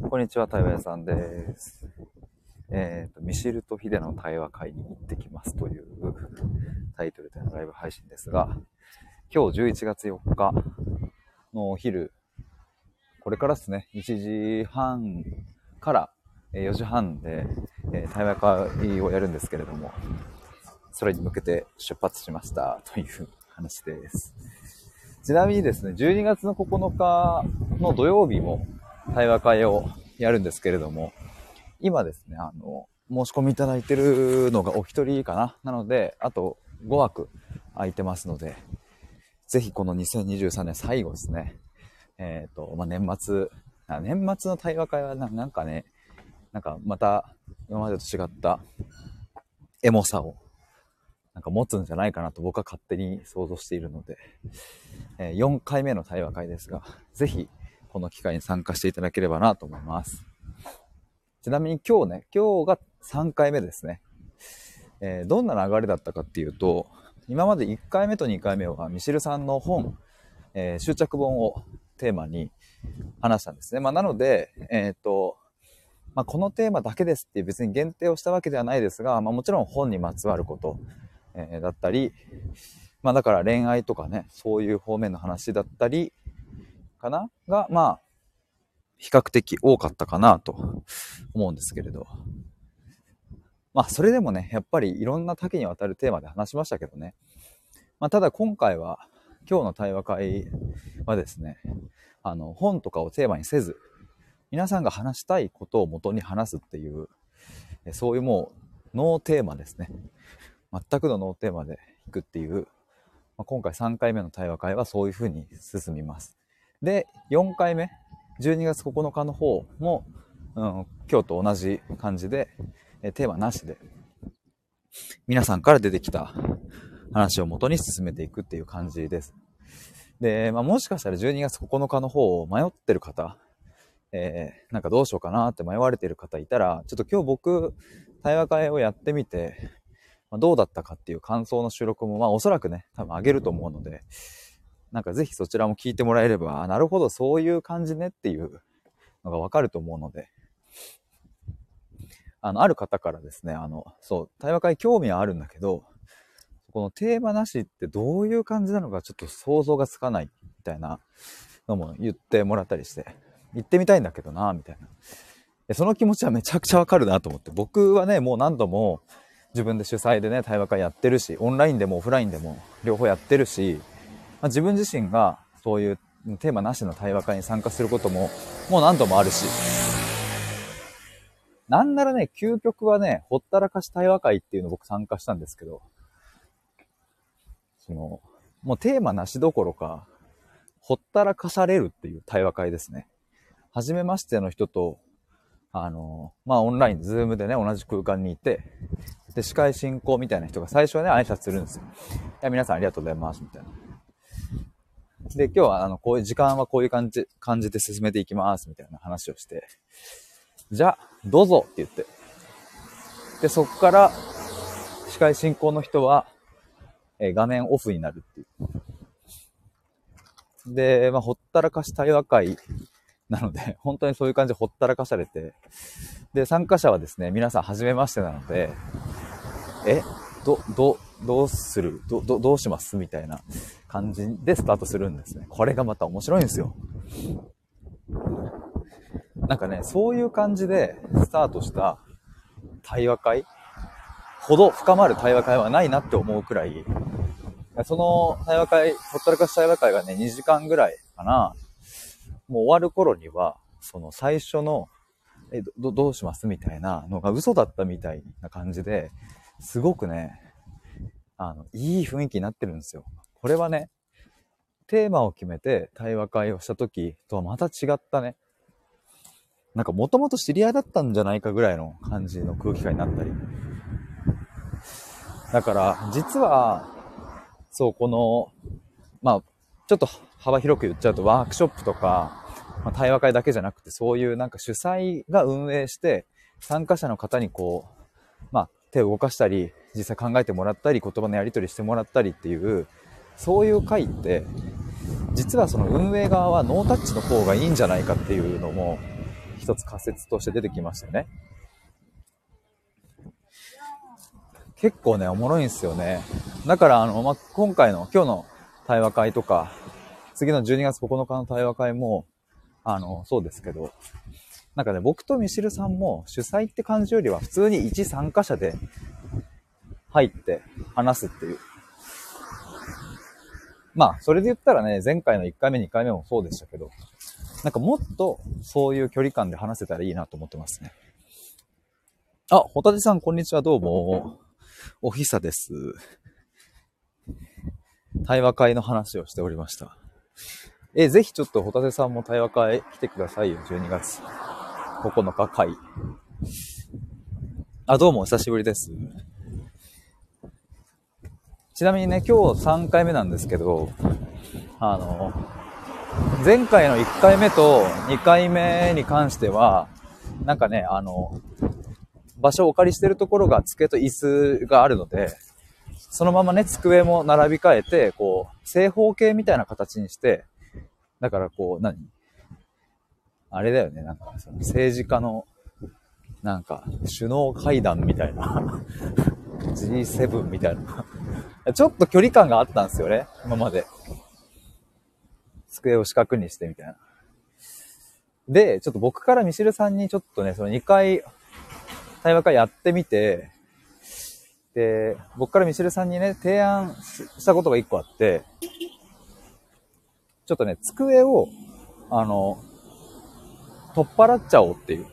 こんにちは、対話屋さんです。ミシルとヒデの対話会に行ってきますというタイトルでのライブ配信ですが、今日11月4日のお昼、これからですね、1時半から4時半で対話会をやるんですけれども、それに向けて出発しましたという話です。ちなみにですね、12月の9日の土曜日も対話会をやるんですけれども、今ですね、申し込みいただいてるのがお一人かなので、あと5枠空いてますので、ぜひこの2023年最後ですね、年末の対話会はなんかね、なんかまた今までと違ったエモさをなんか持つんじゃないかなと僕は勝手に想像しているので、4回目の対話会ですが、ぜひこの機会に参加していただければなと思います。ちなみに今日が3回目ですね。どんな流れだったかっていうと、今まで1回目と2回目はミシルさんの本、執着本をテーマに話したんですね。なので、このテーマだけですっていう別に限定をしたわけではないですが、もちろん本にまつわること、だったり、だから恋愛とかね、そういう方面の話だったりかなが、比較的多かったかなと思うんですけれど。それでもね、やっぱりいろんな多岐にわたるテーマで話しましたけどね。ただ今回は、今日の対話会はですね、本とかをテーマにせず、皆さんが話したいことを元に話すっていう、そういうもうノーテーマですね。全くのノーテーマでいくっていう、今回3回目の対話会はそういう風に進みます。で、4回目、12月9日の方も、今日と同じ感じで、テーマなしで、皆さんから出てきた話を元に進めていくっていう感じです。で、もしかしたら12月9日の方を迷ってる方、なんかどうしようかなって迷われている方いたら、ちょっと今日僕、対話会をやってみて、どうだったかっていう感想の収録も、おそらくね、多分上げると思うので、なんかぜひそちらも聞いてもらえれば、なるほど、そういう感じねっていうのがわかると思うので、ある方からですね、対話会興味はあるんだけど、このテーマなしってどういう感じなのかちょっと想像がつかないみたいなのも言ってもらったりして、行ってみたいんだけどな、みたいな。その気持ちはめちゃくちゃわかるなと思って、僕はね、もう何度も自分で主催でね、対話会やってるし、オンラインでもオフラインでも両方やってるし、自分自身がそういうテーマなしの対話会に参加することももう何度もあるし、なんならね、究極はね、ほったらかし対話会っていうのを僕参加したんですけど、もうテーマなしどころか、ほったらかされるっていう対話会ですね。初めましての人と、オンライン、ズームでね、同じ空間にいて、で、司会進行みたいな人が最初はね、挨拶するんですよ。いや、皆さんありがとうございます、みたいな。で、今日は、こういう時間はこういう感じで進めていきます、みたいな話をして、じゃあ、どうぞって言って。で、そこから、司会進行の人は、画面オフになるっていう。で、ほったらかし対話会なので、本当にそういう感じでほったらかされて、で、参加者はですね、皆さん初めましてなので、どうするどうしますみたいな感じでスタートするんですね。これがまた面白いんですよ。なんかね、そういう感じでスタートした対話会ほど深まる対話会はないなって思うくらい、その対話会、ほったらかし対話会がね、2時間ぐらいかな。もう終わる頃には、その最初の、どうしますみたいなのが嘘だったみたいな感じで、すごくね、いい雰囲気になってるんですよ。これはね、テーマを決めて対話会をした時とはまた違ったね、なんかもともと知り合いだったんじゃないかぐらいの感じの空気感になったり。だから、実は、そう、この、ちょっと幅広く言っちゃうとワークショップとか、対話会だけじゃなくて、そういうなんか主催が運営して、参加者の方にこう、手を動かしたり、実際考えてもらったり、言葉のやり取りしてもらったりっていう、そういう会って、実はその運営側はノータッチの方がいいんじゃないかっていうのも、 一つ仮説として出てきましたよね。結構ね、おもろいんですよね。だから今回の今日の対話会とか、次の12月9日の対話会も、そうですけど、なんかね、僕とミシルさんも主催って感じよりは普通に一参加者で入って話すっていう。まあ、それで言ったらね、前回の1回目、2回目もそうでしたけど、なんかもっとそういう距離感で話せたらいいなと思ってますね。あ、ホタテさんこんにちは、どうも。おひさです。対話会の話をしておりました。ぜひちょっとホタテさんも対話会来てくださいよ、12月9日会。あ、どうもお久しぶりです。ちなみにね、今日3回目なんですけど、前回の1回目と2回目に関しては、なんかね、場所をお借りしてるところが机と椅子があるので、そのままね、机も並び替えて、こう、正方形みたいな形にして、だからこう、あれだよね、なんか、その政治家の、なんか、首脳会談みたいな、G7 みたいな。ちょっと距離感があったんですよね、今まで。机を四角にしてみたいな。で、ちょっと僕からミシルさんにちょっとね、その2回、対話会やってみて、で、僕からミシルさんにね、提案したことが1個あって、ちょっとね、机を、取っ払っちゃおうっていう。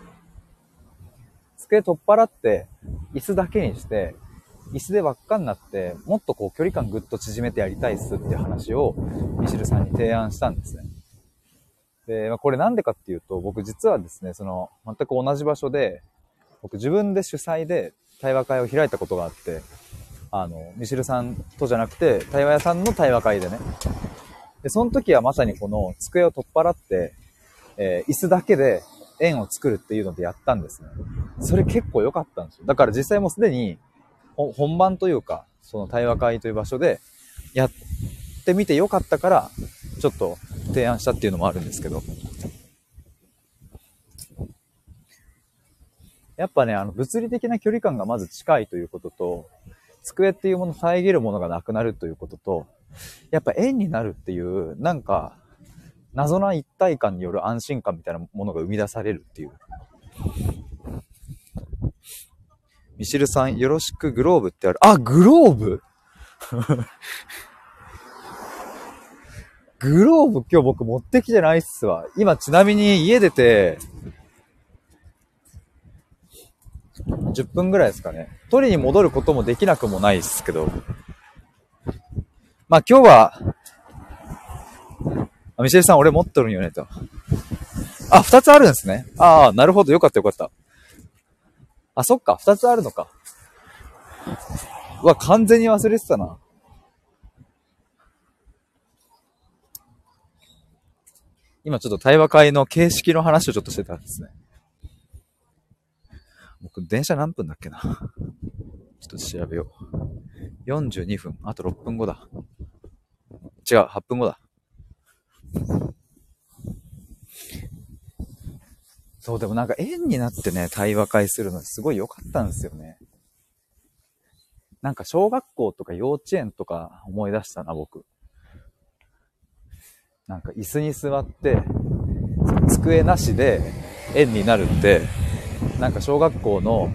机取っ払って、椅子だけにして、椅子で輪っかになって、もっとこう距離感ぐっと縮めてやりたいっすっていう話を、ミシルさんに提案したんですね。で、これなんでかっていうと、僕実はですね、その、全く同じ場所で、僕自分で主催で対話会を開いたことがあって、ミシルさんとじゃなくて、対話屋さんの対話会でね。で、その時はまさにこの机を取っ払って、椅子だけで円を作るっていうのでやったんですね。それ結構良かったんですよ。だから実際もうすでに本番というか、その対話会という場所でやってみて良かったから、ちょっと提案したっていうのもあるんですけど。やっぱね、物理的な距離感がまず近いということと、机っていうものを遮るものがなくなるということと、やっぱ円になるっていう、なんか、謎な一体感による安心感みたいなものが生み出されるっていう。ミシルさん、よろしくグローブってある。あ、グローブグローブ今日僕持ってきてないっすわ。今ちなみに家出て、10分ぐらいですかね。取りに戻ることもできなくもないですけど。まあ今日は、ミシェルさん俺持っとるんよねと。あ、2つあるんですね。ああ、なるほど。よかったよかった。あ、そっか。2つあるのか。うわ、完全に忘れてたな。今ちょっと対話会の形式の話をちょっとしてたんですね。僕、電車何分だっけな。ちょっと調べよう。42分。あと6分後だ。違う、8分後だ。そう、でもなんか円になってね、対話会するのすごい良かったんですよね。なんか小学校とか幼稚園とか思い出したな、僕。なんか椅子に座って、机なしで円になるって、なんか小学校の、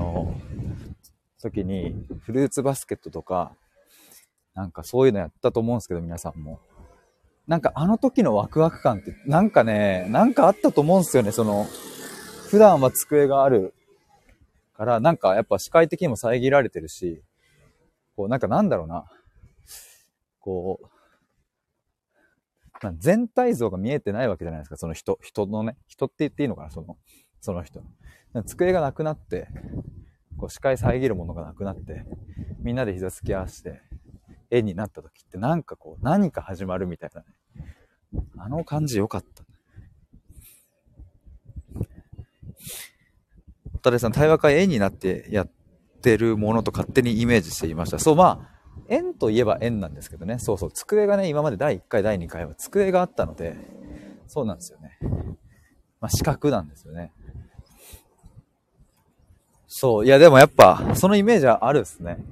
時にフルーツバスケットとか、なんかそういうのやったと思うんですけど、皆さんも。なんかあの時のワクワク感って、なんかね、なんかあったと思うんですよね、その、普段は机があるから、なんかやっぱ視界的にも遮られてるし、こうなんかなんだろうな、こう、全体像が見えてないわけじゃないですか、その人のね、人って言っていいのかな、その人。机がなくなって、こう視界遮るものがなくなって、みんなで膝つき合わせて、絵になった時ってなんかこう、何か始まるみたいなね。あの感じ良かった。おたれさん、対話会絵になってやってるものと勝手にイメージしていました。そう、まあ、円といえば円なんですけどね。そうそう、机がね、今まで第1回、第2回は机があったので、そうなんですよね。 資格なんですよね。そう。いや、でもやっぱ、そのイメージはあるっすね。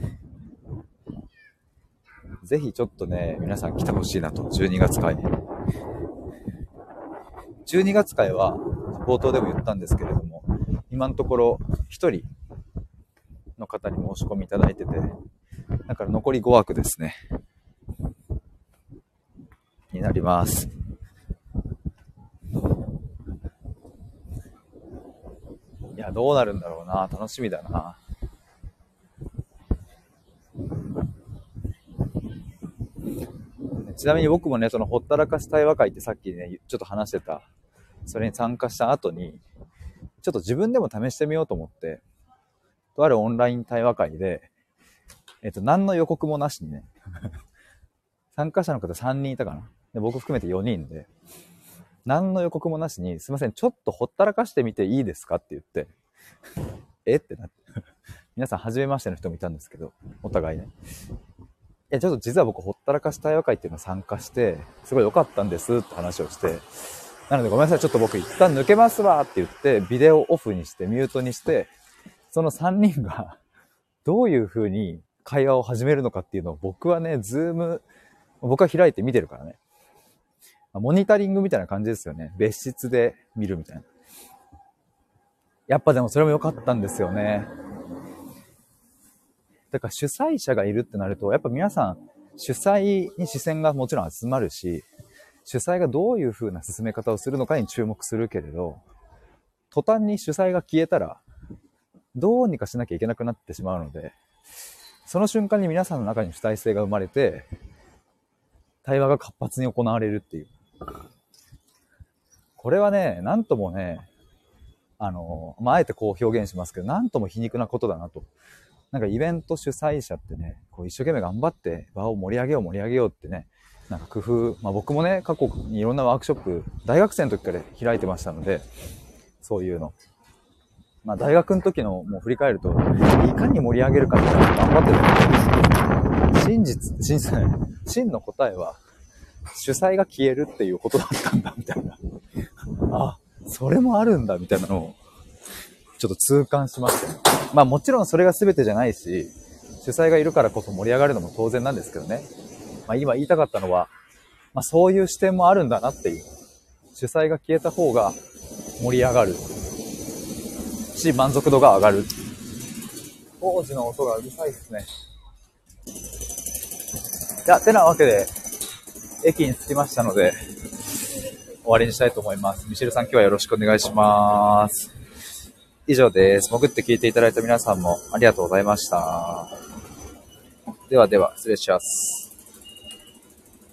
ぜひちょっとね、皆さん来てほしいなと、12月会。12月会は、冒頭でも言ったんですけれども、今のところ、1人の方に申し込みいただいてて、だから残り5枠ですね。になります。いや、どうなるんだろうな。楽しみだな。ちなみに僕もね、そのほったらかし対話会ってさっきね、ちょっと話してた、それに参加した後に、ちょっと自分でも試してみようと思って、とあるオンライン対話会で、何の予告もなしにね、参加者の方3人いたかな。で僕含めて4人で、何の予告もなしに、すいません、ちょっとほったらかしてみていいですかって言って、えってなって。皆さん初めましての人もいたんですけど、お互いね。いや、ちょっと実は僕、ほったらかし対話会っていうのを参加して、すごい良かったんですって話をして、なのでごめんなさい、ちょっと僕一旦抜けますわって言って、ビデオオフにして、ミュートにして、その3人がどういう風に会話を始めるのかっていうのを僕はね、僕は開いて見てるからね。モニタリングみたいな感じですよね。別室で見るみたいな。やっぱでもそれも良かったんですよね。だから主催者がいるってなると、やっぱ皆さん主催に視線がもちろん集まるし、主催がどういう風な進め方をするのかに注目するけれど、途端に主催が消えたら、どうにかしなきゃいけなくなってしまうので、その瞬間に皆さんの中に主体性が生まれて、対話が活発に行われるっていう。これはね、なんともね、あえてこう表現しますけど、なんとも皮肉なことだなと。なんかイベント主催者ってね、こう一生懸命頑張って場を盛り上げようってね、なんか工夫、僕もね、過去にいろんなワークショップ、大学生の時から開いてましたので、そういうの。大学の時のもう振り返ると、いかに盛り上げるかって頑張ってたんですよ。真の答えは、主催が消えるっていうことだったんだ、みたいな。あ、それもあるんだ、みたいなのを、ちょっと痛感しました。もちろんそれが全てじゃないし、主催がいるからこそ盛り上がるのも当然なんですけどね。今言いたかったのは、そういう視点もあるんだなっていう。主催が消えた方が盛り上がるし、満足度が上がる。工事の音がうるさいですね。いや、てなわけで、駅に着きましたので、終わりにしたいと思います。ミシェルさん、今日はよろしくお願いします。以上です。潜って聞いていただいた皆さんもありがとうございました。ではでは、失礼します。